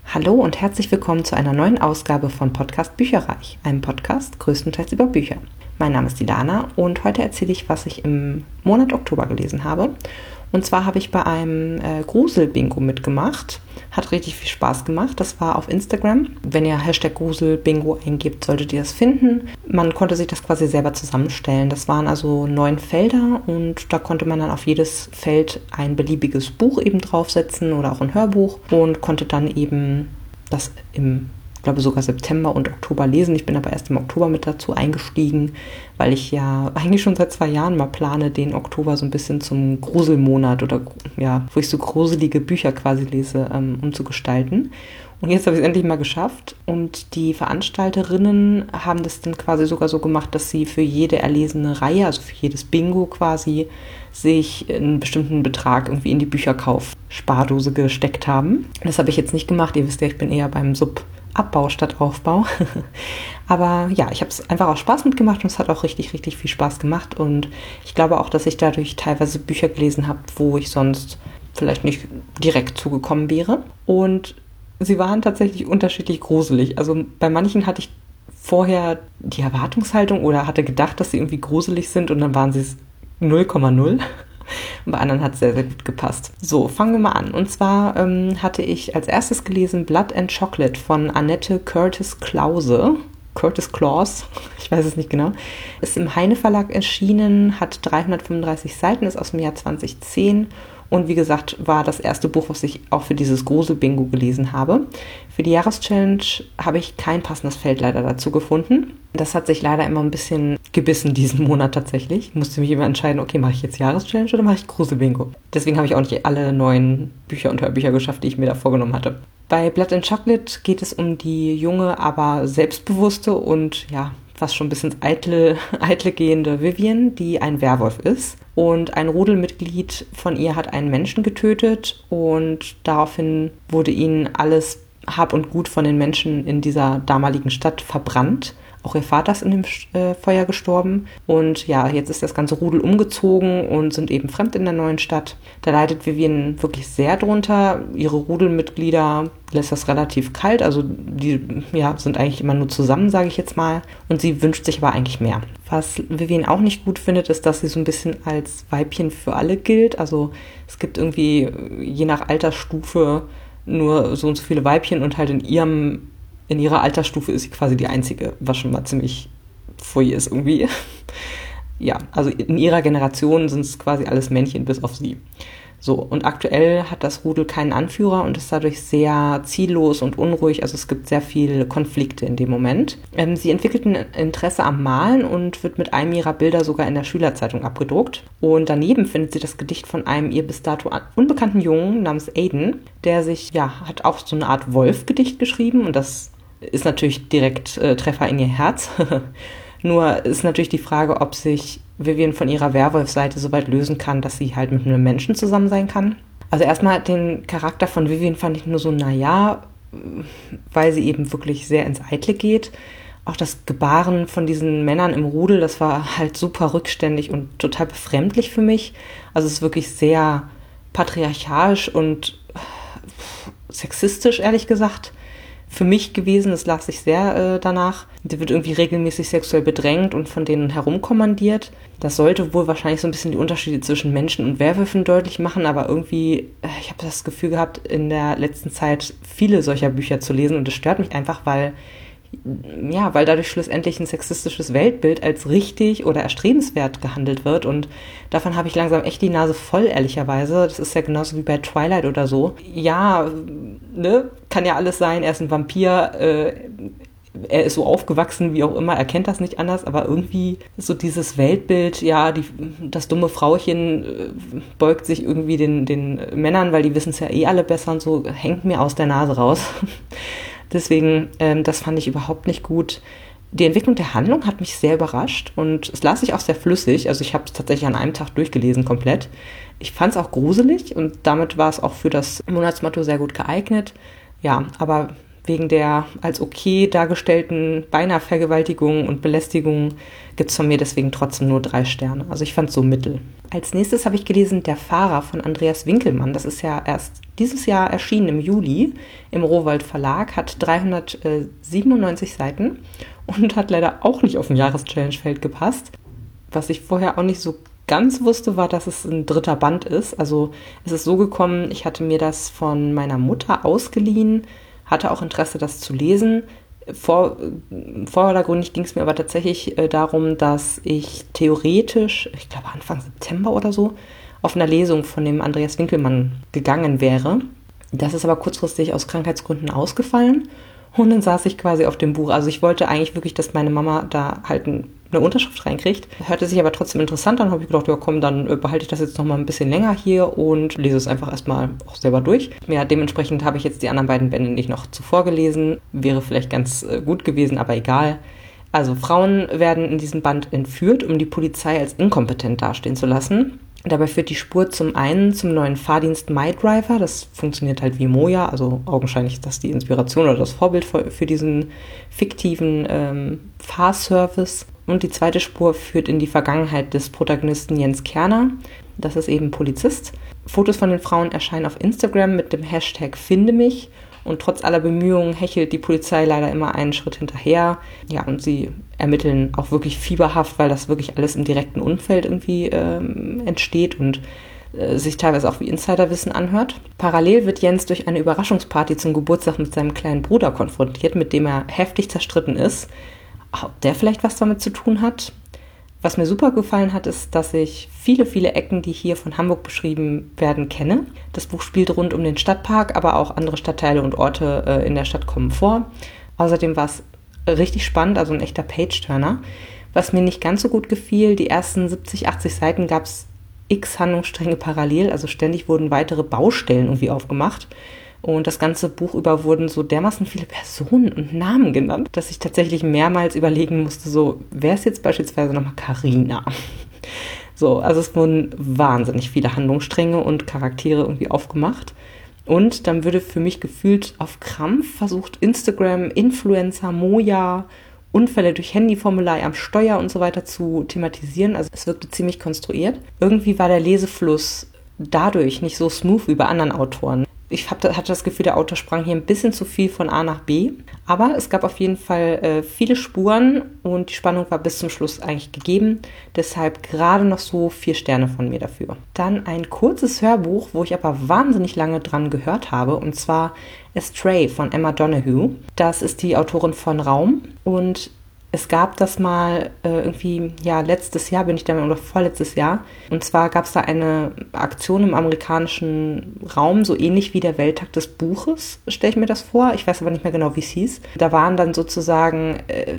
Hallo und herzlich willkommen zu einer neuen Ausgabe von Podcast Bücherreich, einem Podcast größtenteils über Bücher. Mein Name ist Ilana und heute erzähle ich, was ich im Monat Oktober gelesen habe. Und zwar habe ich bei einem Grusel-Bingo mitgemacht. Hat richtig viel Spaß gemacht. Das war auf Instagram. Wenn ihr Hashtag Grusel-Bingo eingebt, solltet ihr das finden. Man konnte sich das quasi selber zusammenstellen. Das waren also 9 Felder und da konnte man dann auf jedes Feld ein beliebiges Buch eben draufsetzen oder auch ein Hörbuch und konnte dann eben das ich glaube sogar September und Oktober lesen. Ich bin aber erst im Oktober mit dazu eingestiegen, weil ich ja eigentlich schon seit 2 Jahren mal plane, den Oktober so ein bisschen zum Gruselmonat oder ja, wo ich so gruselige Bücher quasi lese, umzugestalten. Und jetzt habe ich es endlich mal geschafft und die Veranstalterinnen haben das dann quasi sogar so gemacht, dass sie für jede erlesene Reihe, also für jedes Bingo quasi, sich einen bestimmten Betrag irgendwie in die Bücherkauf-Spardose gesteckt haben. Das habe ich jetzt nicht gemacht. Ihr wisst ja, ich bin eher beim Abbau statt Aufbau. Aber ja, ich habe es einfach aus Spaß mitgemacht und es hat auch richtig, richtig viel Spaß gemacht. Und ich glaube auch, dass ich dadurch teilweise Bücher gelesen habe, wo ich sonst vielleicht nicht direkt zugekommen wäre. Und sie waren tatsächlich unterschiedlich gruselig. Also bei manchen hatte ich vorher die Erwartungshaltung oder hatte gedacht, dass sie irgendwie gruselig sind und dann waren sie es 0,0. Und bei anderen hat es sehr, sehr gut gepasst. So, fangen wir mal an. Und zwar hatte ich als erstes gelesen Blood and Chocolate von Annette Curtis Klause. Curtis Claus, ich weiß es nicht genau. Ist im Heine Verlag erschienen, hat 335 Seiten, ist aus dem Jahr 2010. Und wie gesagt, war das erste Buch, was ich auch für dieses Grusel-Bingo gelesen habe. Für die Jahreschallenge habe ich kein passendes Feld leider dazu gefunden. Das hat sich leider immer ein bisschen gebissen diesen Monat tatsächlich. Ich musste mich immer entscheiden, okay, mache ich jetzt Jahreschallenge oder mache ich Grusel-Bingo? Deswegen habe ich auch nicht alle 9 Bücher und Hörbücher geschafft, die ich mir da vorgenommen hatte. Bei Blood and Chocolate geht es um die junge, aber selbstbewusste und ja, fast schon ein bisschen eitle gehende Vivian, die ein Werwolf ist. Und ein Rudelmitglied von ihr hat einen Menschen getötet und daraufhin wurde ihnen alles Hab und Gut von den Menschen in dieser damaligen Stadt verbrannt. Auch ihr Vater ist in dem Feuer gestorben. Und ja, jetzt ist das ganze Rudel umgezogen und sind eben fremd in der neuen Stadt. Da leidet Vivian wirklich sehr drunter. Ihre Rudelmitglieder lässt das relativ kalt. Also die sind eigentlich immer nur zusammen, sage ich jetzt mal. Und sie wünscht sich aber eigentlich mehr. Was Vivian auch nicht gut findet, ist, dass sie so ein bisschen als Weibchen für alle gilt. Also es gibt irgendwie je nach Altersstufe nur so und so viele Weibchen und halt in ihrer Altersstufe ist sie quasi die Einzige, was schon mal ziemlich pfui ist irgendwie. Ja, also in ihrer Generation sind es quasi alles Männchen bis auf sie. So, und aktuell hat das Rudel keinen Anführer und ist dadurch sehr ziellos und unruhig. Also es gibt sehr viele Konflikte in dem Moment. Sie entwickelt ein Interesse am Malen und wird mit einem ihrer Bilder sogar in der Schülerzeitung abgedruckt. Und daneben findet sie das Gedicht von einem ihr bis dato unbekannten Jungen namens Aiden, der hat auch so eine Art Wolf-Gedicht geschrieben und das ist natürlich direkt Treffer in ihr Herz. Nur ist natürlich die Frage, ob sich Vivian von ihrer Werwolf-Seite so weit lösen kann, dass sie halt mit einem Menschen zusammen sein kann. Also erstmal den Charakter von Vivian fand ich nur so, weil sie eben wirklich sehr ins Eitle geht. Auch das Gebaren von diesen Männern im Rudel, das war halt super rückständig und total befremdlich für mich. Also es ist wirklich sehr patriarchalisch und sexistisch, ehrlich gesagt, für mich gewesen. Es las sich sehr danach. Die wird irgendwie regelmäßig sexuell bedrängt und von denen herumkommandiert. Das sollte wohl wahrscheinlich so ein bisschen die Unterschiede zwischen Menschen und Werwölfen deutlich machen, aber irgendwie, ich habe das Gefühl gehabt, in der letzten Zeit viele solcher Bücher zu lesen und das stört mich einfach, weil dadurch schlussendlich ein sexistisches Weltbild als richtig oder erstrebenswert gehandelt wird und davon habe ich langsam echt die Nase voll, ehrlicherweise. Das ist ja genauso wie bei Twilight oder so. Ja, kann ja alles sein, er ist ein Vampir, er ist so aufgewachsen, wie auch immer, er kennt das nicht anders, aber irgendwie ist so dieses Weltbild, das dumme Frauchen beugt sich irgendwie den Männern, weil die wissen es ja eh alle besser und so, hängt mir aus der Nase raus. Deswegen, das fand ich überhaupt nicht gut. Die Entwicklung der Handlung hat mich sehr überrascht und es las sich auch sehr flüssig. Also ich habe es tatsächlich an einem Tag durchgelesen komplett. Ich fand es auch gruselig und damit war es auch für das Monatsmotto sehr gut geeignet. Ja, aber wegen der als okay dargestellten beinahe Vergewaltigung und Belästigung gibt es von mir deswegen trotzdem nur 3 Sterne. Also ich fand es so mittel. Als nächstes habe ich gelesen Der Fahrer von Andreas Winkelmann. Das ist ja erst dieses Jahr erschienen im Juli im Rowohlt Verlag, hat 397 Seiten und hat leider auch nicht auf ein Jahreschallenge-Feld gepasst. Was ich vorher auch nicht so ganz wusste, war, dass es ein 3. Band ist. Also es ist so gekommen, ich hatte mir das von meiner Mutter ausgeliehen, hatte auch Interesse, das zu lesen. Vordergründig ging es mir aber tatsächlich darum, dass ich theoretisch, ich glaube Anfang September oder so, auf einer Lesung von dem Andreas Winkelmann gegangen wäre. Das ist aber kurzfristig aus Krankheitsgründen ausgefallen und dann saß ich quasi auf dem Buch. Also ich wollte eigentlich wirklich, dass meine Mama da halt eine Unterschrift reinkriegt. Hörte sich aber trotzdem interessant an, habe ich gedacht, ja komm, dann behalte ich das jetzt noch mal ein bisschen länger hier und lese es einfach erstmal auch selber durch. Ja, dementsprechend habe ich jetzt die anderen beiden Bände nicht noch zuvor gelesen. Wäre vielleicht ganz gut gewesen, aber egal. Also Frauen werden in diesem Band entführt, um die Polizei als inkompetent dastehen zu lassen. Dabei führt die Spur zum einen zum neuen Fahrdienst MyDriver. Das funktioniert halt wie Moja, also augenscheinlich ist das die Inspiration oder das Vorbild für diesen fiktiven Fahrservice. Und die zweite Spur führt in die Vergangenheit des Protagonisten Jens Kerner. Das ist eben Polizist. Fotos von den Frauen erscheinen auf Instagram mit dem Hashtag #FindeMich. Und trotz aller Bemühungen hechelt die Polizei leider immer einen Schritt hinterher. Ja, und sie ermitteln auch wirklich fieberhaft, weil das wirklich alles im direkten Umfeld irgendwie entsteht und sich teilweise auch wie Insiderwissen anhört. Parallel wird Jens durch eine Überraschungsparty zum Geburtstag mit seinem kleinen Bruder konfrontiert, mit dem er heftig zerstritten ist. Ob der vielleicht was damit zu tun hat? Was mir super gefallen hat, ist, dass ich viele, viele Ecken, die hier von Hamburg beschrieben werden, kenne. Das Buch spielt rund um den Stadtpark, aber auch andere Stadtteile und Orte in der Stadt kommen vor. Außerdem war es richtig spannend, also ein echter Page-Turner. Was mir nicht ganz so gut gefiel, die ersten 70, 80 Seiten gab es x Handlungsstränge parallel, also ständig wurden weitere Baustellen irgendwie aufgemacht. Und das ganze Buch über wurden so dermaßen viele Personen und Namen genannt, dass ich tatsächlich mehrmals überlegen musste, so, wer ist jetzt beispielsweise nochmal Carina? So, also es wurden wahnsinnig viele Handlungsstränge und Charaktere irgendwie aufgemacht. Und dann würde für mich gefühlt auf Krampf versucht, Instagram, Influencer, Moja, Unfälle durch Handyformular am Steuer und so weiter zu thematisieren. Also es wirkte ziemlich konstruiert. Irgendwie war der Lesefluss dadurch nicht so smooth wie bei anderen Autoren. Ich hatte das Gefühl, der Autor sprang hier ein bisschen zu viel von A nach B. Aber es gab auf jeden Fall viele Spuren und die Spannung war bis zum Schluss eigentlich gegeben. Deshalb gerade noch so 4 Sterne von mir dafür. Dann ein kurzes Hörbuch, wo ich aber wahnsinnig lange dran gehört habe. Und zwar Astray von Emma Donoghue. Das ist die Autorin von Raum. Und es gab das mal irgendwie, ja, letztes Jahr bin ich da, oder vorletztes Jahr. Und zwar gab es da eine Aktion im amerikanischen Raum, so ähnlich wie der Welttag des Buches, stelle ich mir das vor. Ich weiß aber nicht mehr genau, wie es hieß. Da waren dann sozusagen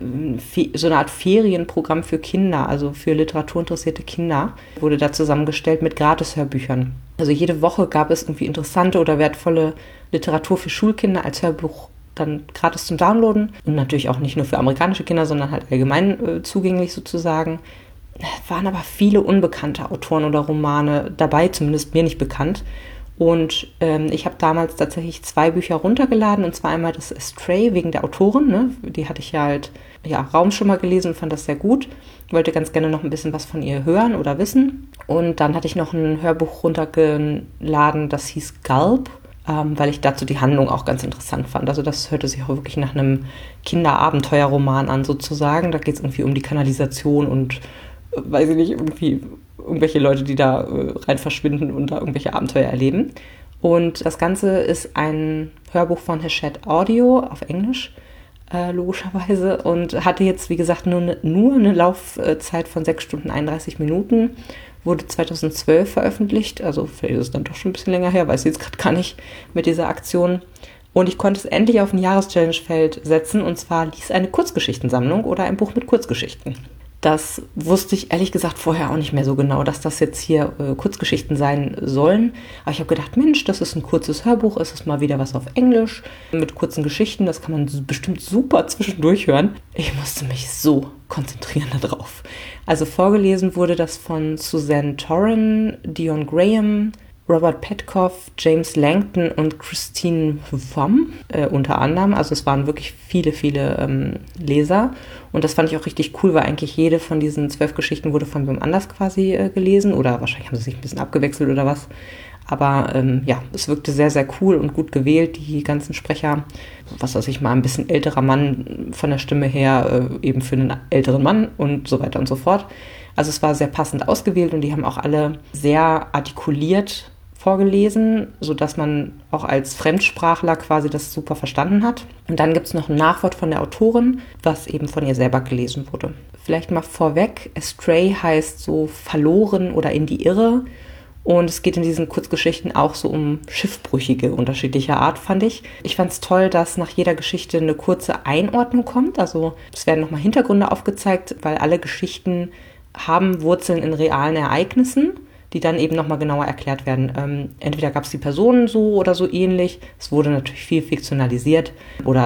so eine Art Ferienprogramm für Kinder, also für literaturinteressierte Kinder, wurde da zusammengestellt mit Gratis-Hörbüchern. Also jede Woche gab es irgendwie interessante oder wertvolle Literatur für Schulkinder als Hörbuch dann gratis zum Downloaden und natürlich auch nicht nur für amerikanische Kinder, sondern halt allgemein zugänglich sozusagen. Es waren aber viele unbekannte Autoren oder Romane dabei, zumindest mir nicht bekannt. Und ich habe damals tatsächlich 2 Bücher runtergeladen, und zwar einmal das Astray wegen der Autorin, ne? Die hatte ich ja halt, ja, Raum schon mal gelesen und fand das sehr gut. Wollte ganz gerne noch ein bisschen was von ihr hören oder wissen. Und dann hatte ich noch ein Hörbuch runtergeladen, das hieß Gulp, weil ich dazu die Handlung auch ganz interessant fand. Also das hörte sich auch wirklich nach einem Kinderabenteuerroman an sozusagen. Da geht es irgendwie um die Kanalisation und, weiß ich nicht, irgendwie irgendwelche Leute, die da rein verschwinden und da irgendwelche Abenteuer erleben. Und das Ganze ist ein Hörbuch von Hachette Audio auf Englisch, logischerweise, und hatte jetzt, wie gesagt, nur eine Laufzeit von 6 Stunden 31 Minuten. Wurde 2012 veröffentlicht, also vielleicht ist es dann doch schon ein bisschen länger her, weiß ich jetzt gerade gar nicht mit dieser Aktion. Und ich konnte es endlich auf ein Jahreschallenge-Feld setzen, und zwar Lies eine Kurzgeschichtensammlung oder ein Buch mit Kurzgeschichten. Das wusste ich ehrlich gesagt vorher auch nicht mehr so genau, dass das jetzt hier Kurzgeschichten sein sollen. Aber ich habe gedacht, Mensch, das ist ein kurzes Hörbuch, es ist mal wieder was auf Englisch mit kurzen Geschichten, das kann man bestimmt super zwischendurch hören. Ich musste mich so konzentrieren darauf. Also vorgelesen wurde das von Suzanne Torren, Dion Graham, Robert Petkoff, James Langton und Christine Pham unter anderem. Also es waren wirklich viele, viele Leser. Und das fand ich auch richtig cool, weil eigentlich jede von diesen 12 Geschichten wurde von wem anders quasi gelesen. Oder wahrscheinlich haben sie sich ein bisschen abgewechselt oder was. Aber es wirkte sehr, sehr cool und gut gewählt, die ganzen Sprecher. Was weiß ich mal, ein bisschen älterer Mann von der Stimme her, eben für einen älteren Mann und so weiter und so fort. Also es war sehr passend ausgewählt und die haben auch alle sehr artikuliert vorgelesen, sodass man auch als Fremdsprachler quasi das super verstanden hat. Und dann gibt es noch ein Nachwort von der Autorin, was eben von ihr selber gelesen wurde. Vielleicht mal vorweg, Astray heißt so verloren oder in die Irre. Und es geht in diesen Kurzgeschichten auch so um Schiffbrüchige unterschiedlicher Art, fand ich. Ich fand es toll, dass nach jeder Geschichte eine kurze Einordnung kommt. Also es werden nochmal Hintergründe aufgezeigt, weil alle Geschichten haben Wurzeln in realen Ereignissen, die dann eben nochmal genauer erklärt werden. Entweder gab es die Personen so oder so ähnlich. Es wurde natürlich viel fiktionalisiert. Oder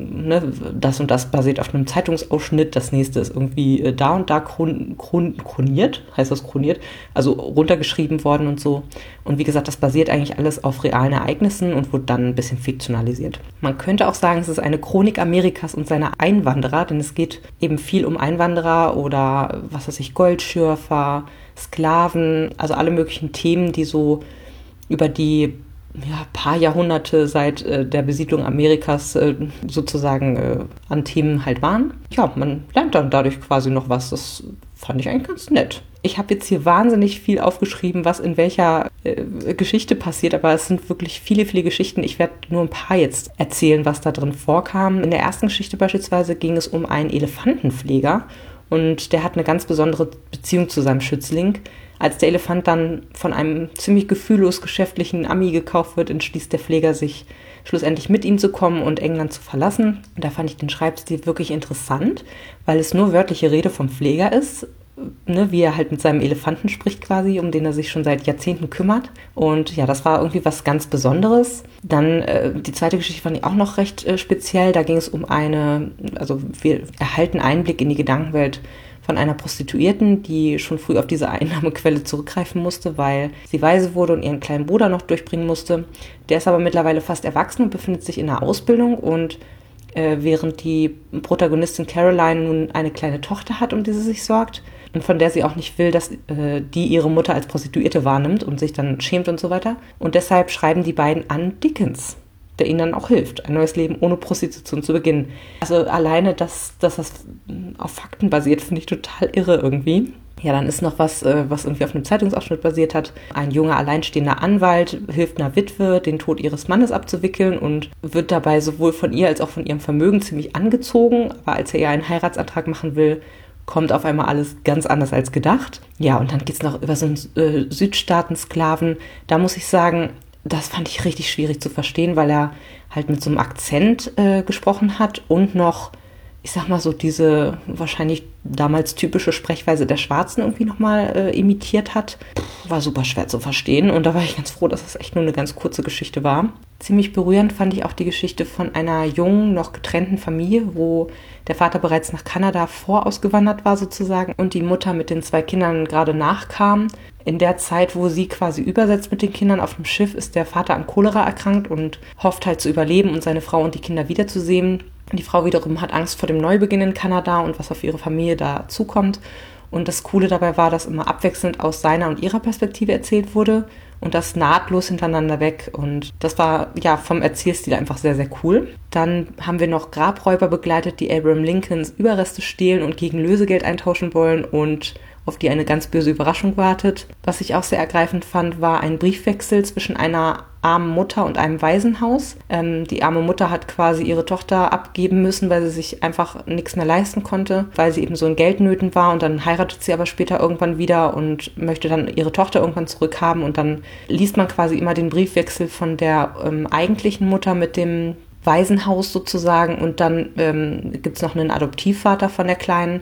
das und das basiert auf einem Zeitungsausschnitt. Das nächste ist irgendwie da und da chroniert. Heißt das chroniert? Also runtergeschrieben worden und so. Und wie gesagt, das basiert eigentlich alles auf realen Ereignissen und wurde dann ein bisschen fiktionalisiert. Man könnte auch sagen, es ist eine Chronik Amerikas und seiner Einwanderer, denn es geht eben viel um Einwanderer oder, was weiß ich, Goldschürfer, Sklaven, also alle möglichen Themen, die so über die paar Jahrhunderte seit der Besiedlung Amerikas sozusagen an Themen halt waren. Ja, man lernt dann dadurch quasi noch was. Das fand ich eigentlich ganz nett. Ich habe jetzt hier wahnsinnig viel aufgeschrieben, was in welcher Geschichte passiert, aber es sind wirklich viele, viele Geschichten. Ich werde nur ein paar jetzt erzählen, was da drin vorkam. In der ersten Geschichte beispielsweise ging es um einen Elefantenpfleger. Und der hat eine ganz besondere Beziehung zu seinem Schützling. Als der Elefant dann von einem ziemlich gefühllos geschäftlichen Ami gekauft wird, entschließt der Pfleger sich schlussendlich mit ihm zu kommen und England zu verlassen. Und da fand ich den Schreibstil wirklich interessant, weil es nur wörtliche Rede vom Pfleger ist, wie er halt mit seinem Elefanten spricht quasi, um den er sich schon seit Jahrzehnten kümmert. Und ja, das war irgendwie was ganz Besonderes. Dann die zweite Geschichte fand ich auch noch recht speziell. Da ging es um wir erhalten Einblick in die Gedankenwelt von einer Prostituierten, die schon früh auf diese Einnahmequelle zurückgreifen musste, weil sie Waise wurde und ihren kleinen Bruder noch durchbringen musste. Der ist aber mittlerweile fast erwachsen und befindet sich in einer Ausbildung und während die Protagonistin Caroline nun eine kleine Tochter hat, um die sie sich sorgt und von der sie auch nicht will, dass die ihre Mutter als Prostituierte wahrnimmt und sich dann schämt und so weiter. Und deshalb schreiben die beiden an Dickens, der ihnen dann auch hilft, ein neues Leben ohne Prostitution zu beginnen. Also alleine, dass das auf Fakten basiert, finde ich total irre irgendwie. Ja, dann ist noch was irgendwie auf einem Zeitungsausschnitt basiert hat. Ein junger, alleinstehender Anwalt hilft einer Witwe, den Tod ihres Mannes abzuwickeln und wird dabei sowohl von ihr als auch von ihrem Vermögen ziemlich angezogen. Aber als er ihr einen Heiratsantrag machen will, kommt auf einmal alles ganz anders als gedacht. Ja, und dann geht es noch über so einen Südstaatensklaven. Da muss ich sagen, das fand ich richtig schwierig zu verstehen, weil er halt mit so einem Akzent gesprochen hat und noch, ich sag mal so, diese wahrscheinlich damals typische Sprechweise der Schwarzen irgendwie nochmal imitiert hat. War super schwer zu verstehen und da war ich ganz froh, dass das echt nur eine ganz kurze Geschichte war. Ziemlich berührend fand ich auch die Geschichte von einer jungen, noch getrennten Familie, wo der Vater bereits nach Kanada vorausgewandert war sozusagen und die Mutter mit den 2 Kindern gerade nachkam. In der Zeit, wo sie quasi übersetzt mit den Kindern auf dem Schiff, ist der Vater an Cholera erkrankt und hofft halt zu überleben und seine Frau und die Kinder wiederzusehen. Die Frau wiederum hat Angst vor dem Neubeginn in Kanada und was auf ihre Familie da zukommt. Und das Coole dabei war, dass immer abwechselnd aus seiner und ihrer Perspektive erzählt wurde und das nahtlos hintereinander weg. Und das war ja vom Erzählstil einfach sehr, sehr cool. Dann haben wir noch Grabräuber begleitet, die Abraham Lincolns Überreste stehlen und gegen Lösegeld eintauschen wollen und auf die eine ganz böse Überraschung wartet. Was ich auch sehr ergreifend fand, war ein Briefwechsel zwischen einer armen Mutter und einem Waisenhaus. Die arme Mutter hat quasi ihre Tochter abgeben müssen, weil sie sich einfach nichts mehr leisten konnte, weil sie eben so in Geldnöten war und dann heiratet sie aber später irgendwann wieder und möchte dann ihre Tochter irgendwann zurückhaben und dann liest man quasi immer den Briefwechsel von der eigentlichen Mutter mit dem Waisenhaus sozusagen und dann gibt es noch einen Adoptivvater von der Kleinen,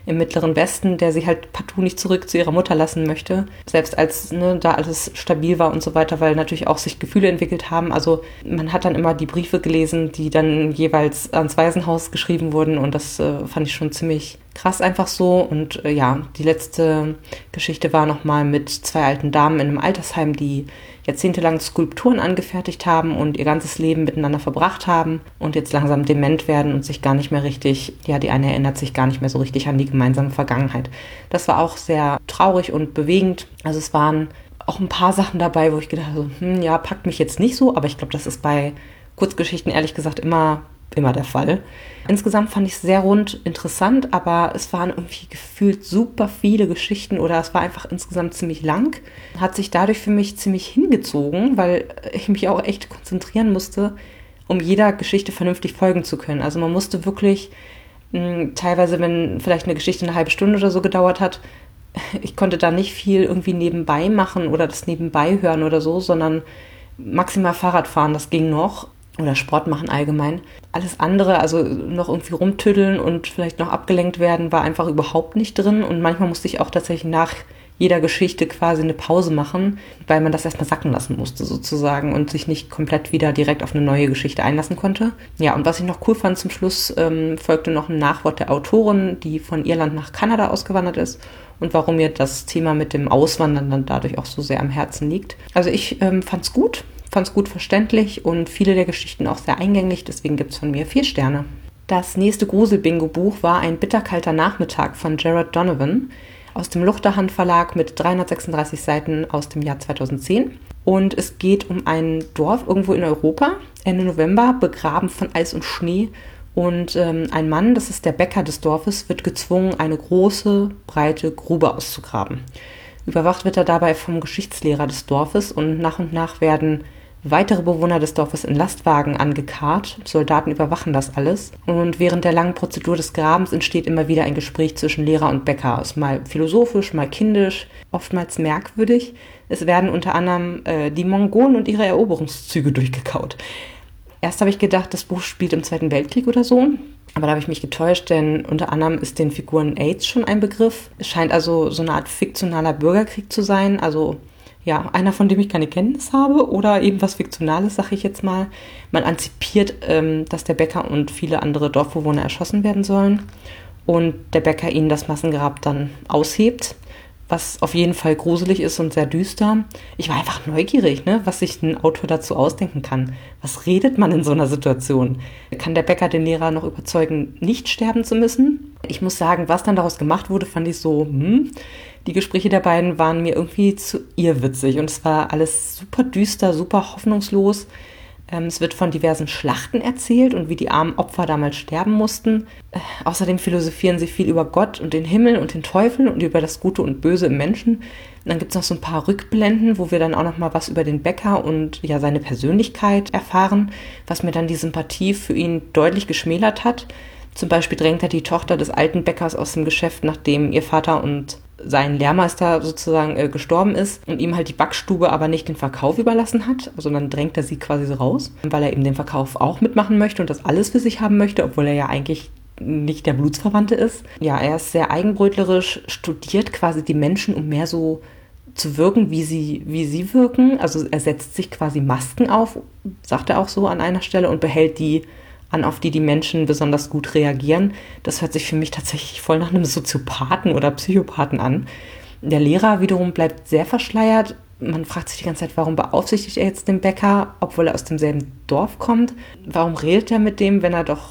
im Mittleren Westen, der sie halt partout nicht zurück zu ihrer Mutter lassen möchte. Selbst als da alles stabil war und so weiter, weil natürlich auch sich Gefühle entwickelt haben. Also man hat dann immer die Briefe gelesen, die dann jeweils ans Waisenhaus geschrieben wurden und das fand ich schon ziemlich krass einfach so. Und die letzte Geschichte war nochmal mit 2 alten Damen in einem Altersheim, die jahrzehntelang Skulpturen angefertigt haben und ihr ganzes Leben miteinander verbracht haben und jetzt langsam dement werden und sich gar nicht mehr richtig, die eine erinnert sich gar nicht mehr so richtig an die gemeinsame Vergangenheit. Das war auch sehr traurig und bewegend. Also es waren auch ein paar Sachen dabei, wo ich gedacht habe, packt mich jetzt nicht so, aber ich glaube, das ist bei Kurzgeschichten ehrlich gesagt immer der Fall. Insgesamt fand ich es sehr rund interessant, aber es waren irgendwie gefühlt super viele Geschichten oder es war einfach insgesamt ziemlich lang. Hat sich dadurch für mich ziemlich hingezogen, weil ich mich auch echt konzentrieren musste, um jeder Geschichte vernünftig folgen zu können. Also man musste wirklich teilweise, wenn vielleicht eine Geschichte eine halbe Stunde oder so gedauert hat, ich konnte da nicht viel irgendwie nebenbei machen oder das nebenbei hören oder so, sondern maximal Fahrrad fahren, das ging noch. Oder Sport machen allgemein. Alles andere, also noch irgendwie rumtüddeln und vielleicht noch abgelenkt werden, war einfach überhaupt nicht drin. Und manchmal musste ich auch tatsächlich nach jeder Geschichte quasi eine Pause machen, weil man das erstmal sacken lassen musste sozusagen und sich nicht komplett wieder direkt auf eine neue Geschichte einlassen konnte. Ja, und was ich noch cool fand, zum Schluss folgte noch ein Nachwort der Autorin, die von Irland nach Kanada ausgewandert ist und warum mir das Thema mit dem Auswandern dann dadurch auch so sehr am Herzen liegt. Also ich fand's gut verständlich und viele der Geschichten auch sehr eingängig, deswegen gibt es von mir 4 Sterne. Das nächste Grusel-Bingo-Buch war Ein bitterkalter Nachmittag von Jared Donovan aus dem Luchterhand Verlag mit 336 Seiten aus dem Jahr 2010. Und es geht um ein Dorf irgendwo in Europa, Ende November, begraben von Eis und Schnee. Und ein Mann, das ist der Bäcker des Dorfes, wird gezwungen, eine große, breite Grube auszugraben. Überwacht wird er dabei vom Geschichtslehrer des Dorfes und nach werden weitere Bewohner des Dorfes in Lastwagen angekarrt. Soldaten überwachen das alles. Und während der langen Prozedur des Grabens entsteht immer wieder ein Gespräch zwischen Lehrer und Bäcker. Ist mal philosophisch, mal kindisch, oftmals merkwürdig. Es werden unter anderem die Mongolen und ihre Eroberungszüge durchgekaut. Erst habe ich gedacht, das Buch spielt im Zweiten Weltkrieg oder so. Aber da habe ich mich getäuscht, denn unter anderem ist den Figuren AIDS schon ein Begriff. Es scheint also so eine Art fiktionaler Bürgerkrieg zu sein. Also einer, von dem ich keine Kenntnis habe oder eben was Fiktionales, sage ich jetzt mal. Man antizipiert, dass der Bäcker und viele andere Dorfbewohner erschossen werden sollen und der Bäcker ihnen das Massengrab dann aushebt, was auf jeden Fall gruselig ist und sehr düster. Ich war einfach neugierig, was sich ein Autor dazu ausdenken kann. Was redet man in so einer Situation? Kann der Bäcker den Lehrer noch überzeugen, nicht sterben zu müssen? Ich muss sagen, was dann daraus gemacht wurde, fand ich so, Die Gespräche der beiden waren mir irgendwie zu irrwitzig und es war alles super düster, super hoffnungslos. Es wird von diversen Schlachten erzählt und wie die armen Opfer damals sterben mussten. Außerdem philosophieren sie viel über Gott und den Himmel und den Teufel und über das Gute und Böse im Menschen. Und dann gibt es noch so ein paar Rückblenden, wo wir dann auch noch mal was über den Bäcker und seine Persönlichkeit erfahren, was mir dann die Sympathie für ihn deutlich geschmälert hat. Zum Beispiel drängt er die Tochter des alten Bäckers aus dem Geschäft, nachdem ihr Vater und sein Lehrmeister sozusagen gestorben ist und ihm halt die Backstube aber nicht den Verkauf überlassen hat, sondern drängt er sie quasi so raus, weil er eben den Verkauf auch mitmachen möchte und das alles für sich haben möchte, obwohl er ja eigentlich nicht der Blutsverwandte ist. Ja, er ist sehr eigenbrötlerisch, studiert quasi die Menschen, um mehr so zu wirken, wie sie wirken. Also er setzt sich quasi Masken auf, sagt er auch so an einer Stelle, und behält die an, auf die Menschen besonders gut reagieren. Das hört sich für mich tatsächlich voll nach einem Soziopathen oder Psychopathen an. Der Lehrer wiederum bleibt sehr verschleiert. Man fragt sich die ganze Zeit, warum beaufsichtigt er jetzt den Bäcker, obwohl er aus demselben Dorf kommt? Warum redet er mit dem, wenn er doch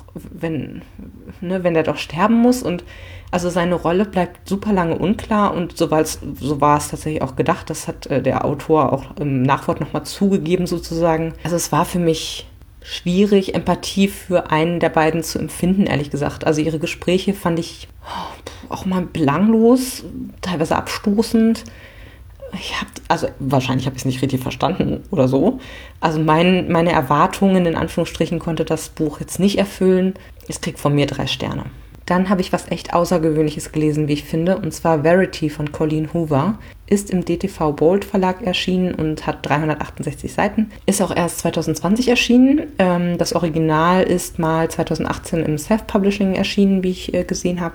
sterben muss? Und also seine Rolle bleibt super lange unklar und so war es tatsächlich auch gedacht. Das hat der Autor auch im Nachwort nochmal zugegeben sozusagen. Also es war für mich schwierig, Empathie für einen der beiden zu empfinden, ehrlich gesagt. Also ihre Gespräche fand ich auch mal belanglos, teilweise abstoßend. Wahrscheinlich habe ich es nicht richtig verstanden oder so. Also meine Erwartungen in Anführungsstrichen konnte das Buch jetzt nicht erfüllen. Es kriegt von mir 3 Sterne. Dann habe ich was echt Außergewöhnliches gelesen, wie ich finde, und zwar Verity von Colleen Hoover. Ist im DTV Bold Verlag erschienen und hat 368 Seiten. Ist auch erst 2020 erschienen. Das Original ist mal 2018 im Self-Publishing erschienen, wie ich gesehen habe.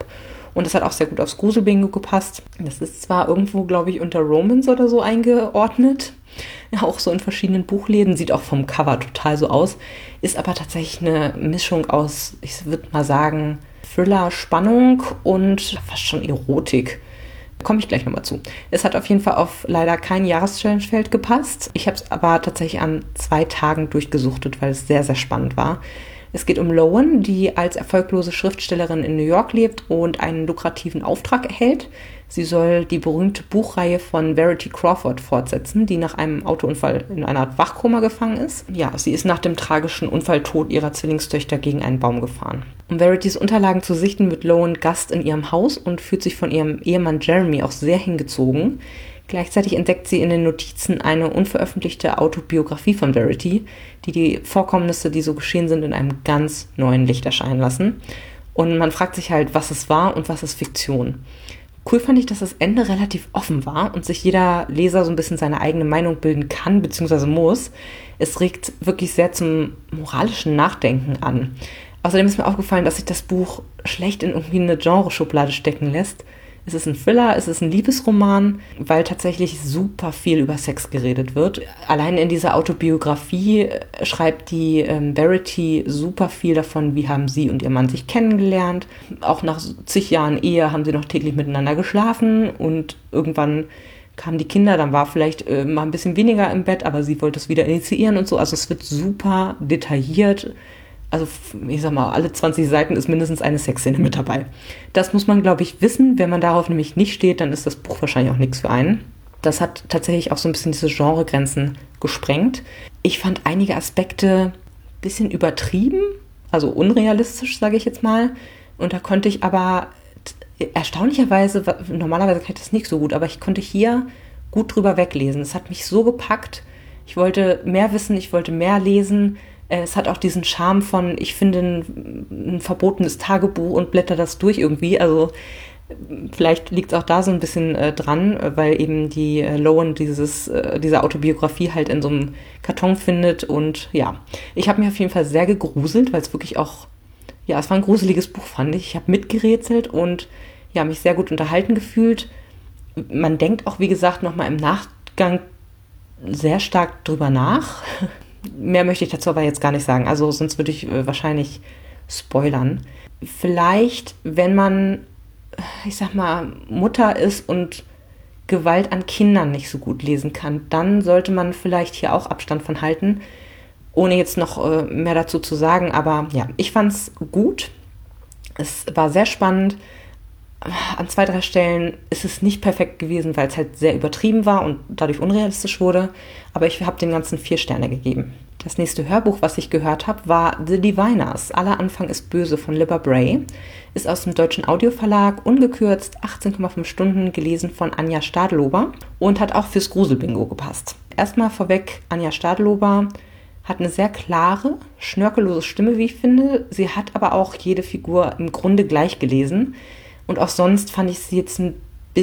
Und das hat auch sehr gut aufs Gruselbingo gepasst. Das ist zwar irgendwo, glaube ich, unter Romance oder so eingeordnet, ja, auch so in verschiedenen Buchläden, sieht auch vom Cover total so aus, ist aber tatsächlich eine Mischung aus, ich würde mal sagen, Thriller, Spannung und fast schon Erotik. Da komme ich gleich nochmal zu. Es hat auf jeden Fall auf leider kein Jahreschallenfeld gepasst. Ich habe es aber tatsächlich an 2 Tagen durchgesuchtet, weil es sehr, sehr spannend war. Es geht um Lowen, die als erfolglose Schriftstellerin in New York lebt und einen lukrativen Auftrag erhält. Sie soll die berühmte Buchreihe von Verity Crawford fortsetzen, die nach einem Autounfall in einer Art Wachkoma gefangen ist. Ja, sie ist nach dem tragischen Unfalltod ihrer Zwillingstöchter gegen einen Baum gefahren. Um Veritys Unterlagen zu sichten, wird Lowen Gast in ihrem Haus und fühlt sich von ihrem Ehemann Jeremy auch sehr hingezogen. Gleichzeitig entdeckt sie in den Notizen eine unveröffentlichte Autobiografie von Verity, die die Vorkommnisse, die so geschehen sind, in einem ganz neuen Licht erscheinen lassen. Und man fragt sich halt, was es war und was ist Fiktion. Cool fand ich, dass das Ende relativ offen war und sich jeder Leser so ein bisschen seine eigene Meinung bilden kann bzw. muss. Es regt wirklich sehr zum moralischen Nachdenken an. Außerdem ist mir aufgefallen, dass sich das Buch schlecht in irgendwie eine Genreschublade stecken lässt. Es ist ein Thriller, es ist ein Liebesroman, weil tatsächlich super viel über Sex geredet wird. Allein in dieser Autobiografie schreibt die Verity super viel davon, wie haben sie und ihr Mann sich kennengelernt. Auch nach zig Jahren Ehe haben sie noch täglich miteinander geschlafen und irgendwann kamen die Kinder, dann war vielleicht mal ein bisschen weniger im Bett, aber sie wollte es wieder initiieren und so. Also es wird super detailliert. Also ich sag mal, alle 20 Seiten ist mindestens eine Sexszene mit dabei. Das muss man, glaube ich, wissen. Wenn man darauf nämlich nicht steht, dann ist das Buch wahrscheinlich auch nichts für einen. Das hat tatsächlich auch so ein bisschen diese Genregrenzen gesprengt. Ich fand einige Aspekte ein bisschen übertrieben, also unrealistisch, sage ich jetzt mal. Und da konnte ich aber erstaunlicherweise, normalerweise kann ich das nicht so gut, aber ich konnte hier gut drüber weglesen. Es hat mich so gepackt. Ich wollte mehr wissen, ich wollte mehr lesen. Es hat auch diesen Charme von, ich finde ein verbotenes Tagebuch und blätter das durch irgendwie. Also vielleicht liegt es auch da so ein bisschen dran, weil eben die Lowen diese Autobiografie halt in so einem Karton findet. Und ja, ich habe mich auf jeden Fall sehr gegruselt, weil es wirklich auch, ja, es war ein gruseliges Buch, fand ich. Ich habe mitgerätselt und ja, mich sehr gut unterhalten gefühlt. Man denkt auch, wie gesagt, nochmal im Nachgang sehr stark drüber nach. Mehr möchte ich dazu aber jetzt gar nicht sagen. Also sonst würde ich wahrscheinlich spoilern. Vielleicht, wenn man, ich sag mal, Mutter ist und Gewalt an Kindern nicht so gut lesen kann, dann sollte man vielleicht hier auch Abstand von halten, ohne jetzt noch mehr dazu zu sagen. Aber ja, ich fand es gut. Es war sehr spannend. An 2, 3 Stellen ist es nicht perfekt gewesen, weil es halt sehr übertrieben war und dadurch unrealistisch wurde. Aber ich habe dem Ganzen 4 Sterne gegeben. Das nächste Hörbuch, was ich gehört habe, war The Diviners. Aller Anfang ist böse von Libba Bray. Ist aus dem Deutschen Audioverlag, ungekürzt, 18,5 Stunden, gelesen von Anja Stadlober und hat auch fürs Gruselbingo gepasst. Erstmal vorweg, Anja Stadlober hat eine sehr klare, schnörkellose Stimme, wie ich finde. Sie hat aber auch jede Figur im Grunde gleich gelesen. Und auch sonst fand ich sie jetzt ein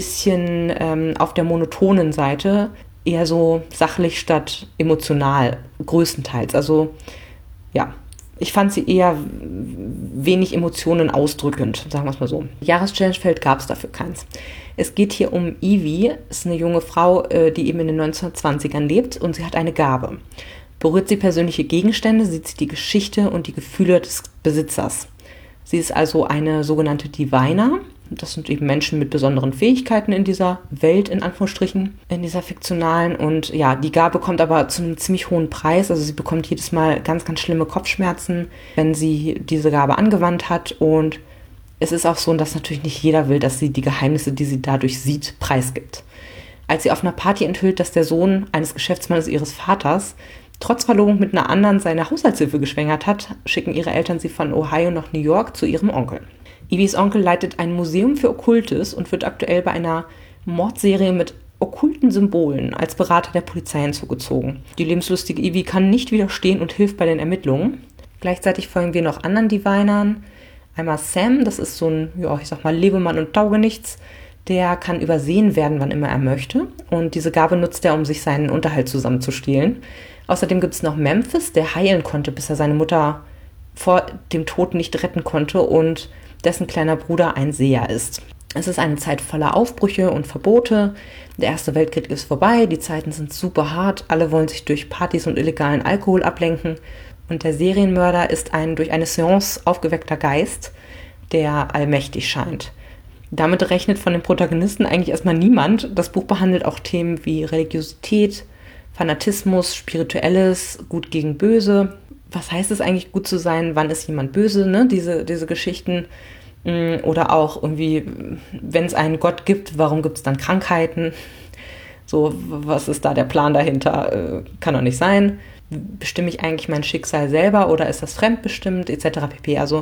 bisschen auf der monotonen Seite, eher so sachlich statt emotional, größtenteils. Also ja, ich fand sie eher wenig Emotionen ausdrückend, sagen wir es mal so. Jahreschallengefeld gab es dafür keins. Es geht hier um Evie, ist eine junge Frau, die eben in den 1920ern lebt und sie hat eine Gabe. Berührt sie persönliche Gegenstände, sieht sie die Geschichte und die Gefühle des Besitzers. Sie ist also eine sogenannte Diviner. Das sind eben Menschen mit besonderen Fähigkeiten in dieser Welt, in Anführungsstrichen, in dieser fiktionalen. Und ja, die Gabe kommt aber zu einem ziemlich hohen Preis. Also sie bekommt jedes Mal ganz, ganz schlimme Kopfschmerzen, wenn sie diese Gabe angewandt hat. Und es ist auch so, dass natürlich nicht jeder will, dass sie die Geheimnisse, die sie dadurch sieht, preisgibt. Als sie auf einer Party enthüllt, dass der Sohn eines Geschäftsmannes ihres Vaters trotz Verlobung mit einer anderen seine Haushaltshilfe geschwängert hat, schicken ihre Eltern sie von Ohio nach New York zu ihrem Onkel. Evies Onkel leitet ein Museum für Okkultes und wird aktuell bei einer Mordserie mit okkulten Symbolen als Berater der Polizei hinzugezogen. Die lebenslustige Evie kann nicht widerstehen und hilft bei den Ermittlungen. Gleichzeitig folgen wir noch anderen Divinern. Einmal Sam, das ist so ein, ja, ich sag mal, Lebemann und Taugenichts. Der kann übersehen werden, wann immer er möchte. Und diese Gabe nutzt er, um sich seinen Unterhalt zusammenzustehlen. Außerdem gibt es noch Memphis, der heilen konnte, bis er seine Mutter vor dem Tod nicht retten konnte und dessen kleiner Bruder ein Seher ist. Es ist eine Zeit voller Aufbrüche und Verbote. Der Erste Weltkrieg ist vorbei, die Zeiten sind super hart, alle wollen sich durch Partys und illegalen Alkohol ablenken. Und der Serienmörder ist ein durch eine Seance aufgeweckter Geist, der allmächtig scheint. Damit rechnet von den Protagonisten eigentlich erstmal niemand. Das Buch behandelt auch Themen wie Religiosität, Fanatismus, Spirituelles, Gut gegen Böse. Was heißt es eigentlich, gut zu sein? Wann ist jemand böse? Ne? Diese Geschichten. Oder auch irgendwie, wenn es einen Gott gibt, warum gibt es dann Krankheiten? So, was ist da der Plan dahinter? Kann doch nicht sein. Bestimme ich eigentlich mein Schicksal selber oder ist das fremdbestimmt, etc. pp. Also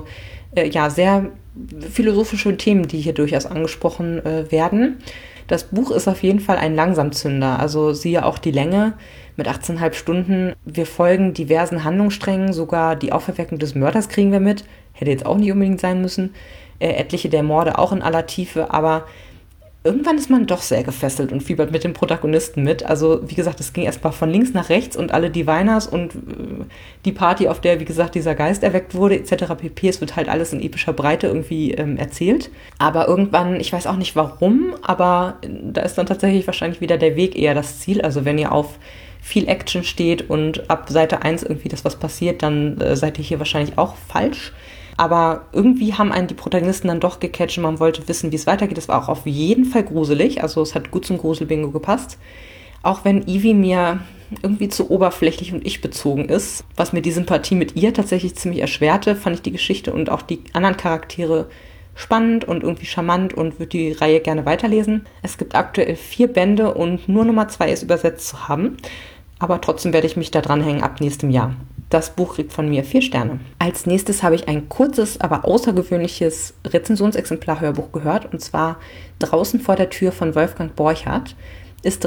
sehr philosophische Themen, die hier durchaus angesprochen werden. Das Buch ist auf jeden Fall ein Langsamzünder, also siehe auch die Länge mit 18,5 Stunden. Wir folgen diversen Handlungssträngen, sogar die Auferweckung des Mörders kriegen wir mit. Hätte jetzt auch nicht unbedingt sein müssen. Etliche der Morde auch in aller Tiefe, aber irgendwann ist man doch sehr gefesselt und fiebert mit dem Protagonisten mit. Also wie gesagt, es ging erstmal von links nach rechts und alle Diviners und die Party, auf der, wie gesagt, dieser Geist erweckt wurde, etc. pp. Es wird halt alles in epischer Breite irgendwie erzählt. Aber irgendwann, ich weiß auch nicht warum, aber da ist dann tatsächlich wahrscheinlich wieder der Weg eher das Ziel. Also wenn ihr auf viel Action steht und ab Seite 1 irgendwie das was passiert, dann seid ihr hier wahrscheinlich auch falsch. Aber irgendwie haben einen die Protagonisten dann doch gecatcht und man wollte wissen, wie es weitergeht. Es war auch auf jeden Fall gruselig, also es hat gut zum Gruselbingo gepasst. Auch wenn Evie mir irgendwie zu oberflächlich und ich-bezogen ist, was mir die Sympathie mit ihr tatsächlich ziemlich erschwerte, fand ich die Geschichte und auch die anderen Charaktere spannend und irgendwie charmant und würde die Reihe gerne weiterlesen. Es gibt aktuell 4 Bände und nur Nummer 2 ist übersetzt zu haben. Aber trotzdem werde ich mich da dranhängen ab nächstem Jahr. Das Buch kriegt von mir 4 Sterne. Als nächstes habe ich ein kurzes, aber außergewöhnliches Rezensionsexemplar-Hörbuch gehört. Und zwar Draußen vor der Tür von Wolfgang Borchardt. Ist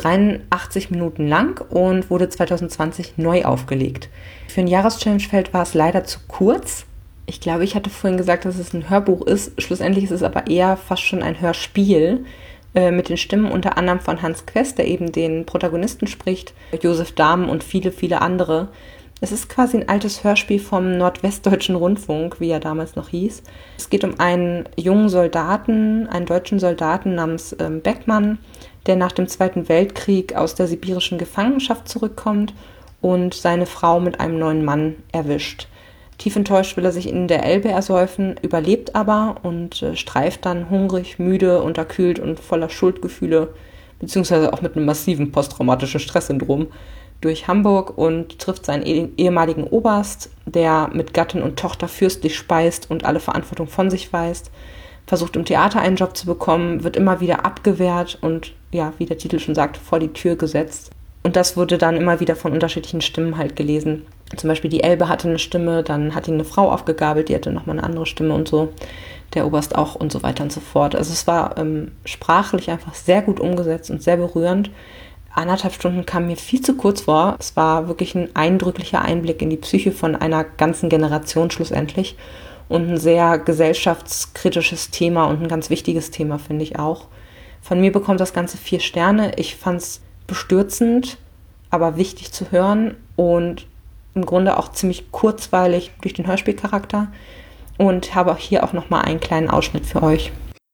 83 Minuten lang und wurde 2020 neu aufgelegt. Für ein Jahreschallenge-Feld war es leider zu kurz. Ich glaube, ich hatte vorhin gesagt, dass es ein Hörbuch ist. Schlussendlich ist es aber eher fast schon ein Hörspiel mit den Stimmen unter anderem von Hans Quest, der eben den Protagonisten spricht, Josef Dahmen und viele, viele andere. Es ist quasi ein altes Hörspiel vom Nordwestdeutschen Rundfunk, wie er damals noch hieß. Es geht um einen jungen Soldaten, einen deutschen Soldaten namens Beckmann, der nach dem Zweiten Weltkrieg aus der sibirischen Gefangenschaft zurückkommt und seine Frau mit einem neuen Mann erwischt. Tief enttäuscht will er sich in der Elbe ersäufen, überlebt aber und streift dann hungrig, müde, unterkühlt und voller Schuldgefühle, beziehungsweise auch mit einem massiven posttraumatischen Stresssyndrom, durch Hamburg und trifft seinen ehemaligen Oberst, der mit Gattin und Tochter fürstlich speist und alle Verantwortung von sich weist, versucht im Theater einen Job zu bekommen, wird immer wieder abgewehrt und, ja, wie der Titel schon sagt, vor die Tür gesetzt. Und das wurde dann immer wieder von unterschiedlichen Stimmen halt gelesen. Zum Beispiel die Elbe hatte eine Stimme, dann hat ihn eine Frau aufgegabelt, die hatte nochmal eine andere Stimme und so. Der Oberst auch und so weiter und so fort. Also es war sprachlich einfach sehr gut umgesetzt und sehr berührend. 1,5 Stunden kam mir viel zu kurz vor. Es war wirklich ein eindrücklicher Einblick in die Psyche von einer ganzen Generation schlussendlich. Und ein sehr gesellschaftskritisches Thema und ein ganz wichtiges Thema, finde ich auch. Von mir bekommt das Ganze 4 Sterne. Ich fand es bestürzend, aber wichtig zu hören und im Grunde auch ziemlich kurzweilig durch den Hörspielcharakter und habe auch hier auch nochmal einen kleinen Ausschnitt für euch.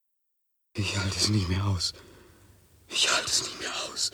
Ich halte es nicht mehr aus. Ich halte es nicht mehr aus.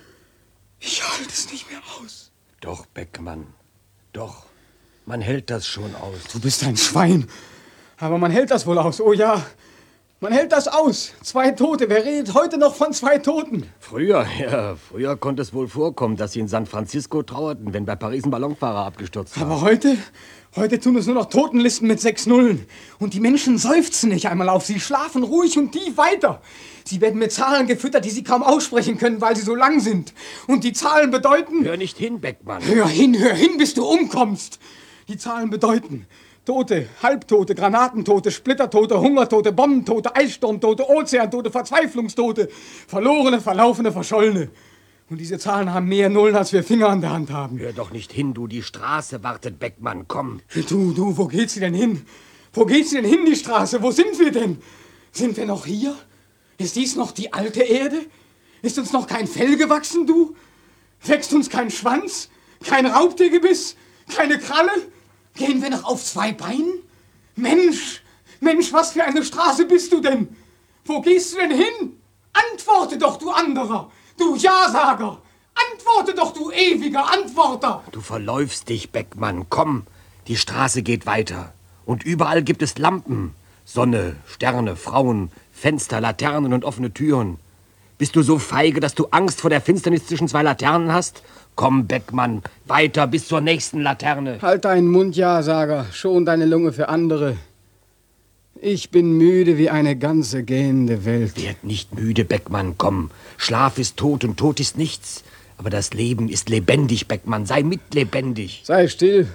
Ich halte es nicht mehr aus. Doch, Beckmann, doch. Man hält das schon aus. Du bist ein Schwein. Aber man hält das wohl aus, oh ja. Man hält das aus. 2 Tote. Wer redet heute noch von 2 Toten? Früher konnte es wohl vorkommen, dass sie in San Francisco trauerten, wenn bei Paris ein Ballonfahrer abgestürzt war. Aber heute tun es nur noch Totenlisten mit 6 Nullen. Und die Menschen seufzen nicht einmal auf. Sie schlafen ruhig und tief weiter. Sie werden mit Zahlen gefüttert, die sie kaum aussprechen können, weil sie so lang sind. Und die Zahlen bedeuten... Hör nicht hin, Beckmann. Hör hin, bis du umkommst. Die Zahlen bedeuten... Tote, Halbtote, Granatentote, Splittertote, Hungertote, Bombentote, Eissturmtote, Ozeantote, Verzweiflungstote, Verlorene, Verlaufene, Verschollene. Und diese Zahlen haben mehr Nullen, als wir Finger an der Hand haben. Hör doch nicht hin, du, die Straße wartet, Beckmann, komm. Du, wo geht sie denn hin? Wo geht sie denn hin, die Straße? Wo sind wir denn? Sind wir noch hier? Ist dies noch die alte Erde? Ist uns noch kein Fell gewachsen, du? Wächst uns kein Schwanz? Kein Raubtiergebiss? Keine Kralle? Gehen wir noch auf 2 Beinen? Mensch, Mensch, was für eine Straße bist du denn? Wo gehst du denn hin? Antworte doch, du anderer, du Ja-Sager. Antworte doch, du ewiger Antworter. Du verläufst dich, Beckmann. Komm, die Straße geht weiter. Und überall gibt es Lampen. Sonne, Sterne, Frauen, Fenster, Laternen und offene Türen. Bist du so feige, dass du Angst vor der Finsternis zwischen zwei Laternen hast? Komm, Beckmann, weiter bis zur nächsten Laterne. Halt deinen Mund, Ja-Sager. Schon deine Lunge für andere. Ich bin müde wie eine ganze gähnende Welt. Werd nicht müde, Beckmann, komm. Schlaf ist tot und tot ist nichts. Aber das Leben ist lebendig, Beckmann. Sei mitlebendig. Sei still.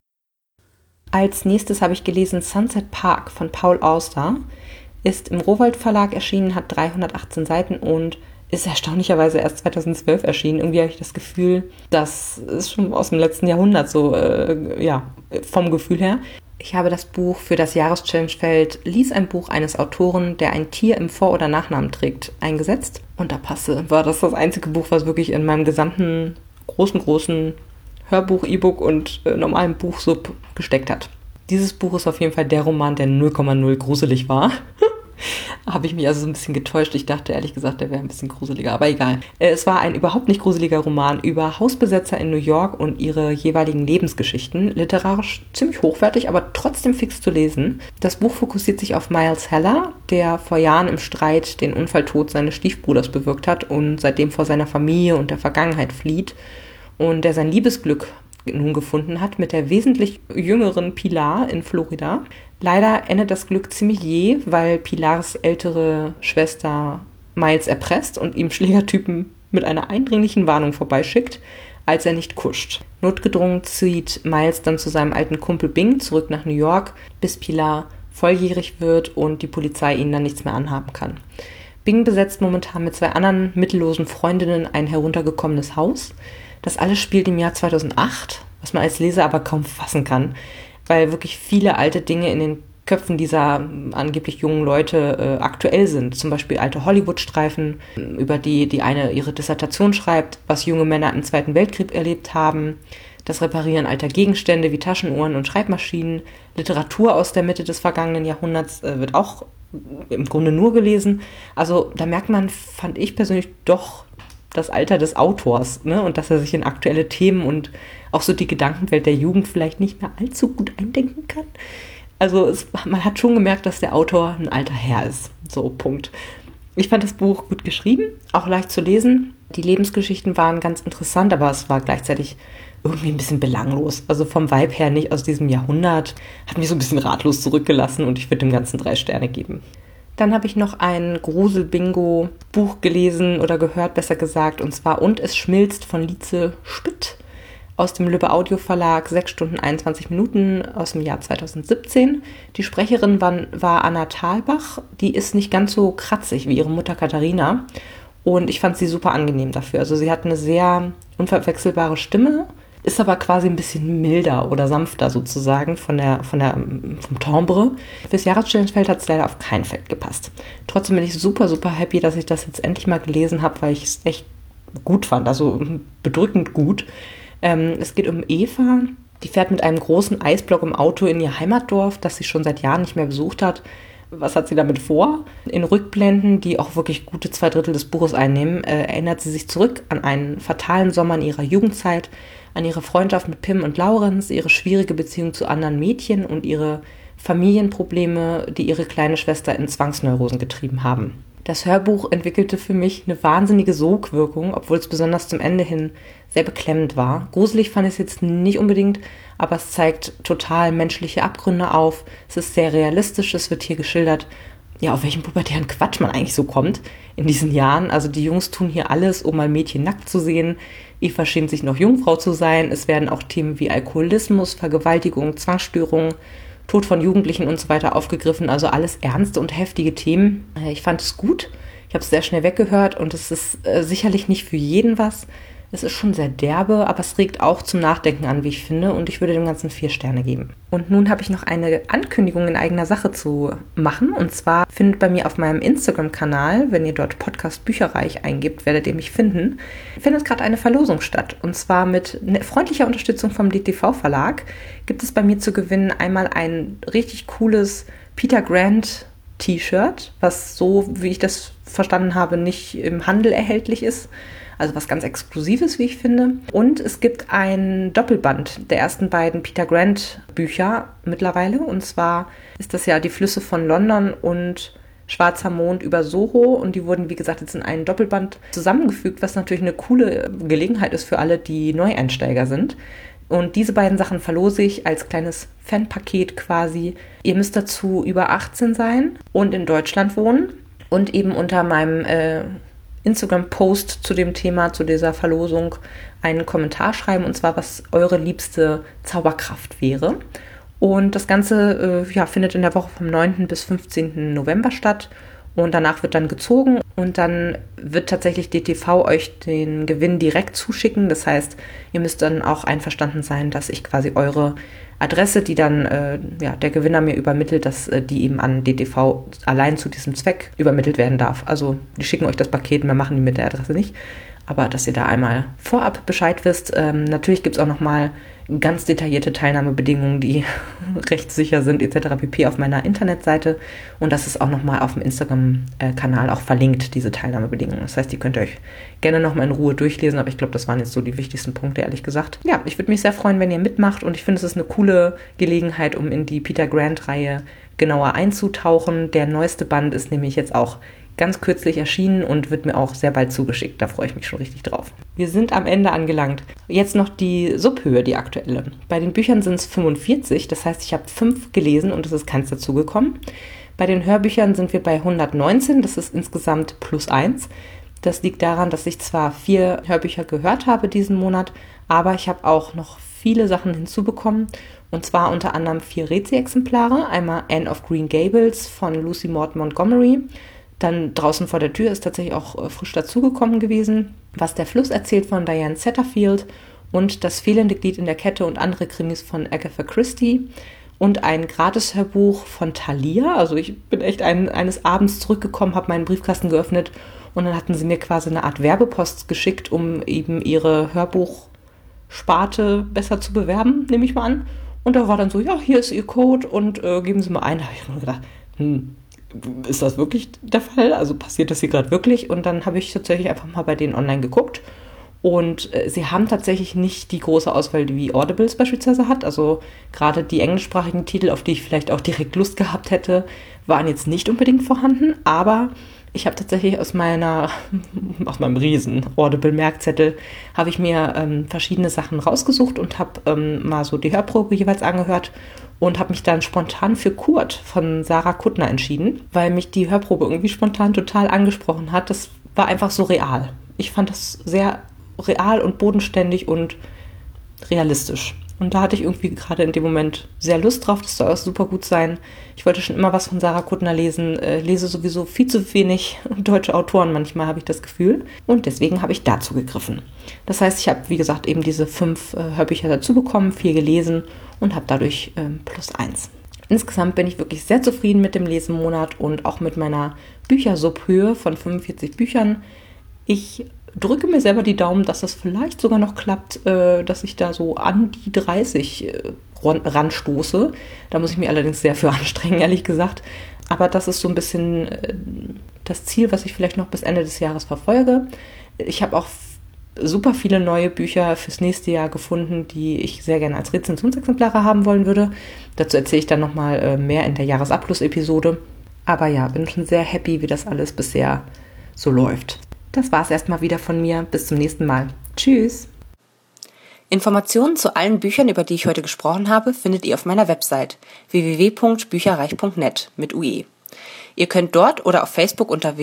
Als nächstes habe ich gelesen Sunset Park von Paul Auster. Ist im Rowohlt Verlag erschienen, hat 318 Seiten und ist erstaunlicherweise erst 2012 erschienen. Irgendwie habe ich das Gefühl, das ist schon aus dem letzten Jahrhundert so, vom Gefühl her. Ich habe das Buch für das Jahreschallengefeld Lies ein Buch eines Autoren, der ein Tier im Vor- oder Nachnamen trägt, eingesetzt. Und da war das einzige Buch, was wirklich in meinem gesamten großen Hörbuch, E-Book und normalen Buchsub gesteckt hat. Dieses Buch ist auf jeden Fall der Roman, der 0,0 gruselig war. Habe ich mich also so ein bisschen getäuscht. Ich dachte ehrlich gesagt, der wäre ein bisschen gruseliger, aber egal. Es war ein überhaupt nicht gruseliger Roman über Hausbesetzer in New York und ihre jeweiligen Lebensgeschichten. Literarisch ziemlich hochwertig, aber trotzdem fix zu lesen. Das Buch fokussiert sich auf Miles Heller, der vor Jahren im Streit den Unfalltod seines Stiefbruders bewirkt hat und seitdem vor seiner Familie und der Vergangenheit flieht und der sein Liebesglück nun gefunden hat mit der wesentlich jüngeren Pilar in Florida. Leider endet das Glück ziemlich jäh, weil Pilars ältere Schwester Miles erpresst und ihm Schlägertypen mit einer eindringlichen Warnung vorbeischickt, als er nicht kuscht. Notgedrungen zieht Miles dann zu seinem alten Kumpel Bing zurück nach New York, bis Pilar volljährig wird und die Polizei ihnen dann nichts mehr anhaben kann. Bing besetzt momentan mit 2 anderen mittellosen Freundinnen ein heruntergekommenes Haus. Das alles spielt im Jahr 2008, was man als Leser aber kaum fassen kann, weil wirklich viele alte Dinge in den Köpfen dieser angeblich jungen Leute aktuell sind. Zum Beispiel alte Hollywood-Streifen, über die eine ihre Dissertation schreibt, was junge Männer im Zweiten Weltkrieg erlebt haben, das Reparieren alter Gegenstände wie Taschenuhren und Schreibmaschinen, Literatur aus der Mitte des vergangenen Jahrhunderts wird auch im Grunde nur gelesen. Also da merkt man, fand ich persönlich, doch das Alter des Autors, ne? Und dass er sich in aktuelle Themen und auch so die Gedankenwelt der Jugend vielleicht nicht mehr allzu gut eindenken kann. Also man hat schon gemerkt, dass der Autor ein alter Herr ist. So, Punkt. Ich fand das Buch gut geschrieben, auch leicht zu lesen. Die Lebensgeschichten waren ganz interessant, aber es war gleichzeitig irgendwie ein bisschen belanglos. Also vom Vibe her nicht aus diesem Jahrhundert. Hat mich so ein bisschen ratlos zurückgelassen und ich würde dem Ganzen 3 Sterne geben. Dann habe ich noch ein Grusel-Bingo-Buch gelesen oder gehört, besser gesagt, und zwar Und es schmilzt von Lietze Spitt aus dem Lübbe Audio Verlag, 6 Stunden 21 Minuten aus dem Jahr 2017. Die Sprecherin war Anna Thalbach, die ist nicht ganz so kratzig wie ihre Mutter Katharina und ich fand sie super angenehm dafür. Also sie hat eine sehr unverwechselbare Stimme, ist aber quasi ein bisschen milder oder sanfter sozusagen vom Timbre. Fürs Jahreschallengefeld hat es leider auf kein Feld gepasst. Trotzdem bin ich super, super happy, dass ich das jetzt endlich mal gelesen habe, weil ich es echt gut fand, also bedrückend gut. Es geht um Eva, die fährt mit einem großen Eisblock im Auto in ihr Heimatdorf, das sie schon seit Jahren nicht mehr besucht hat. Was hat sie damit vor? In Rückblenden, die auch wirklich gute 2/3 des Buches einnehmen, erinnert sie sich zurück an einen fatalen Sommer in ihrer Jugendzeit, an ihre Freundschaft mit Pim und Laurenz, ihre schwierige Beziehung zu anderen Mädchen und ihre Familienprobleme, die ihre kleine Schwester in Zwangsneurosen getrieben haben. Das Hörbuch entwickelte für mich eine wahnsinnige Sogwirkung, obwohl es besonders zum Ende hin sehr beklemmend war. Gruselig fand ich es jetzt nicht unbedingt, aber es zeigt total menschliche Abgründe auf. Es ist sehr realistisch, es wird hier geschildert, ja, auf welchen pubertären Quatsch man eigentlich so kommt in diesen Jahren. Also die Jungs tun hier alles, um mal Mädchen nackt zu sehen. Eva schämt sich noch Jungfrau zu sein. Es werden auch Themen wie Alkoholismus, Vergewaltigung, Zwangsstörungen, Tod von Jugendlichen und so weiter aufgegriffen. Also alles ernste und heftige Themen. Ich fand es gut. Ich habe es sehr schnell weggehört und es ist sicherlich nicht für jeden was. Es ist schon sehr derbe, aber es regt auch zum Nachdenken an, wie ich finde. Und ich würde dem Ganzen 4 Sterne geben. Und nun habe ich noch eine Ankündigung in eigener Sache zu machen. Und zwar findet bei mir auf meinem Instagram-Kanal, wenn ihr dort Podcast Bücherreich eingibt, werdet ihr mich finden, findet gerade eine Verlosung statt. Und zwar mit freundlicher Unterstützung vom DTV-Verlag gibt es bei mir zu gewinnen einmal ein richtig cooles Peter Grant T-Shirt, was so, wie ich das verstanden habe, nicht im Handel erhältlich ist. Also was ganz Exklusives, wie ich finde. Und es gibt ein Doppelband der ersten beiden Peter Grant Bücher mittlerweile. Und zwar ist das ja Die Flüsse von London und Schwarzer Mond über Soho. Und die wurden, wie gesagt, jetzt in einen Doppelband zusammengefügt, was natürlich eine coole Gelegenheit ist für alle, die Neueinsteiger sind. Und diese beiden Sachen verlose ich als kleines Fanpaket quasi. Ihr müsst dazu über 18 sein und in Deutschland wohnen. Und eben unter meinem Instagram-Post zu dem Thema, zu dieser Verlosung, einen Kommentar schreiben, und zwar, was eure liebste Zauberkraft wäre. Und das Ganze findet in der Woche vom 9. bis 15. November statt. Und danach wird dann gezogen und dann wird tatsächlich DTV euch den Gewinn direkt zuschicken. Das heißt, ihr müsst dann auch einverstanden sein, dass ich quasi eure Adresse, die dann der Gewinner mir übermittelt, dass die eben an DTV allein zu diesem Zweck übermittelt werden darf. Also die schicken euch das Paket, mehr machen die mit der Adresse nicht. Aber dass ihr da einmal vorab Bescheid wisst. Natürlich gibt es auch nochmal ganz detaillierte Teilnahmebedingungen, die recht sicher sind, etc. pp. Auf meiner Internetseite. Und das ist auch nochmal auf dem Instagram-Kanal auch verlinkt, diese Teilnahmebedingungen. Das heißt, die könnt ihr euch gerne nochmal in Ruhe durchlesen. Aber ich glaube, das waren jetzt so die wichtigsten Punkte, ehrlich gesagt. Ja, ich würde mich sehr freuen, wenn ihr mitmacht. Und ich finde, es ist eine coole Gelegenheit, um in die Peter Grant-Reihe genauer einzutauchen. Der neueste Band ist nämlich jetzt auch ganz kürzlich erschienen und wird mir auch sehr bald zugeschickt. Da freue ich mich schon richtig drauf. Wir sind am Ende angelangt. Jetzt noch die Subhöhe, die aktuelle. Bei den Büchern sind es 45, das heißt, ich habe 5 gelesen und es ist keins dazugekommen. Bei den Hörbüchern sind wir bei 119, das ist insgesamt +1. Das liegt daran, dass ich zwar 4 Hörbücher gehört habe diesen Monat, aber ich habe auch noch viele Sachen hinzubekommen. Und zwar unter anderem 4 Rezi-Exemplare. Einmal Anne of Green Gables von Lucy Maud Montgomery. Dann Draußen vor der Tür ist tatsächlich auch frisch dazugekommen gewesen. Was der Fluss erzählt von Diane Satterfield und Das fehlende Glied in der Kette und andere Krimis von Agatha Christie. Und ein Gratis-Hörbuch von Thalia. Also ich bin echt eines Abends zurückgekommen, habe meinen Briefkasten geöffnet und dann hatten sie mir quasi eine Art Werbepost geschickt, um eben ihre Hörbuchsparte besser zu bewerben, nehme ich mal an. Und da war dann so, ja, hier ist ihr Code und geben Sie mal ein. Da habe ich mir gedacht, ist das wirklich der Fall? Also passiert das hier gerade wirklich? Und dann habe ich tatsächlich einfach mal bei denen online geguckt. Und sie haben tatsächlich nicht die große Auswahl, wie Audibles beispielsweise hat. Also gerade die englischsprachigen Titel, auf die ich vielleicht auch direkt Lust gehabt hätte, waren jetzt nicht unbedingt vorhanden. Aber ich habe tatsächlich aus meinem riesen Audible-Merkzettel, habe ich mir verschiedene Sachen rausgesucht und habe mal so die Hörprobe jeweils angehört. Und habe mich dann spontan für Kurt von Sarah Kuttner entschieden, weil mich die Hörprobe irgendwie spontan total angesprochen hat. Das war einfach so real. Ich fand das sehr real und bodenständig und realistisch. Und da hatte ich irgendwie gerade in dem Moment sehr Lust drauf. Das soll auch super gut sein. Ich wollte schon immer was von Sarah Kuttner lesen. Lese sowieso viel zu wenig deutsche Autoren. Manchmal habe ich das Gefühl. Und deswegen habe ich dazu gegriffen. Das heißt, ich habe, wie gesagt, eben diese 5 Hörbücher dazu bekommen, 4 gelesen und habe dadurch +1. Insgesamt bin ich wirklich sehr zufrieden mit dem Lesemonat und auch mit meiner Büchersubhöhe von 45 Büchern. Ich drücke mir selber die Daumen, dass das vielleicht sogar noch klappt, dass ich da so an die 30 ranstoße. Da muss ich mich allerdings sehr für anstrengen, ehrlich gesagt. Aber das ist so ein bisschen das Ziel, was ich vielleicht noch bis Ende des Jahres verfolge. Ich habe auch super viele neue Bücher fürs nächste Jahr gefunden, die ich sehr gerne als Rezensionsexemplare haben wollen würde. Dazu erzähle ich dann nochmal mehr in der Jahresabschluss-Episode. Aber ja, bin schon sehr happy, wie das alles bisher so läuft. Das war es erstmal wieder von mir. Bis zum nächsten Mal. Tschüss! Informationen zu allen Büchern, über die ich heute gesprochen habe, findet ihr auf meiner Website www.bücherreich.net mit UE. Ihr könnt dort oder auf Facebook unter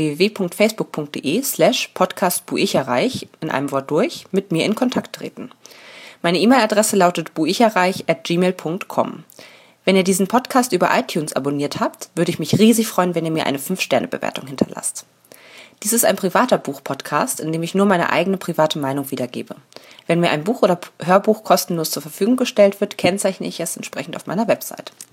www.facebook.de/podcastbuicherreich in einem Wort durch mit mir in Kontakt treten. Meine E-Mail-Adresse lautet buicherreich@gmail.com. Wenn ihr diesen Podcast über iTunes abonniert habt, würde ich mich riesig freuen, wenn ihr mir eine 5-Sterne-Bewertung hinterlasst. Dies ist ein privater Buch-Podcast, in dem ich nur meine eigene private Meinung wiedergebe. Wenn mir ein Buch oder Hörbuch kostenlos zur Verfügung gestellt wird, kennzeichne ich es entsprechend auf meiner Website.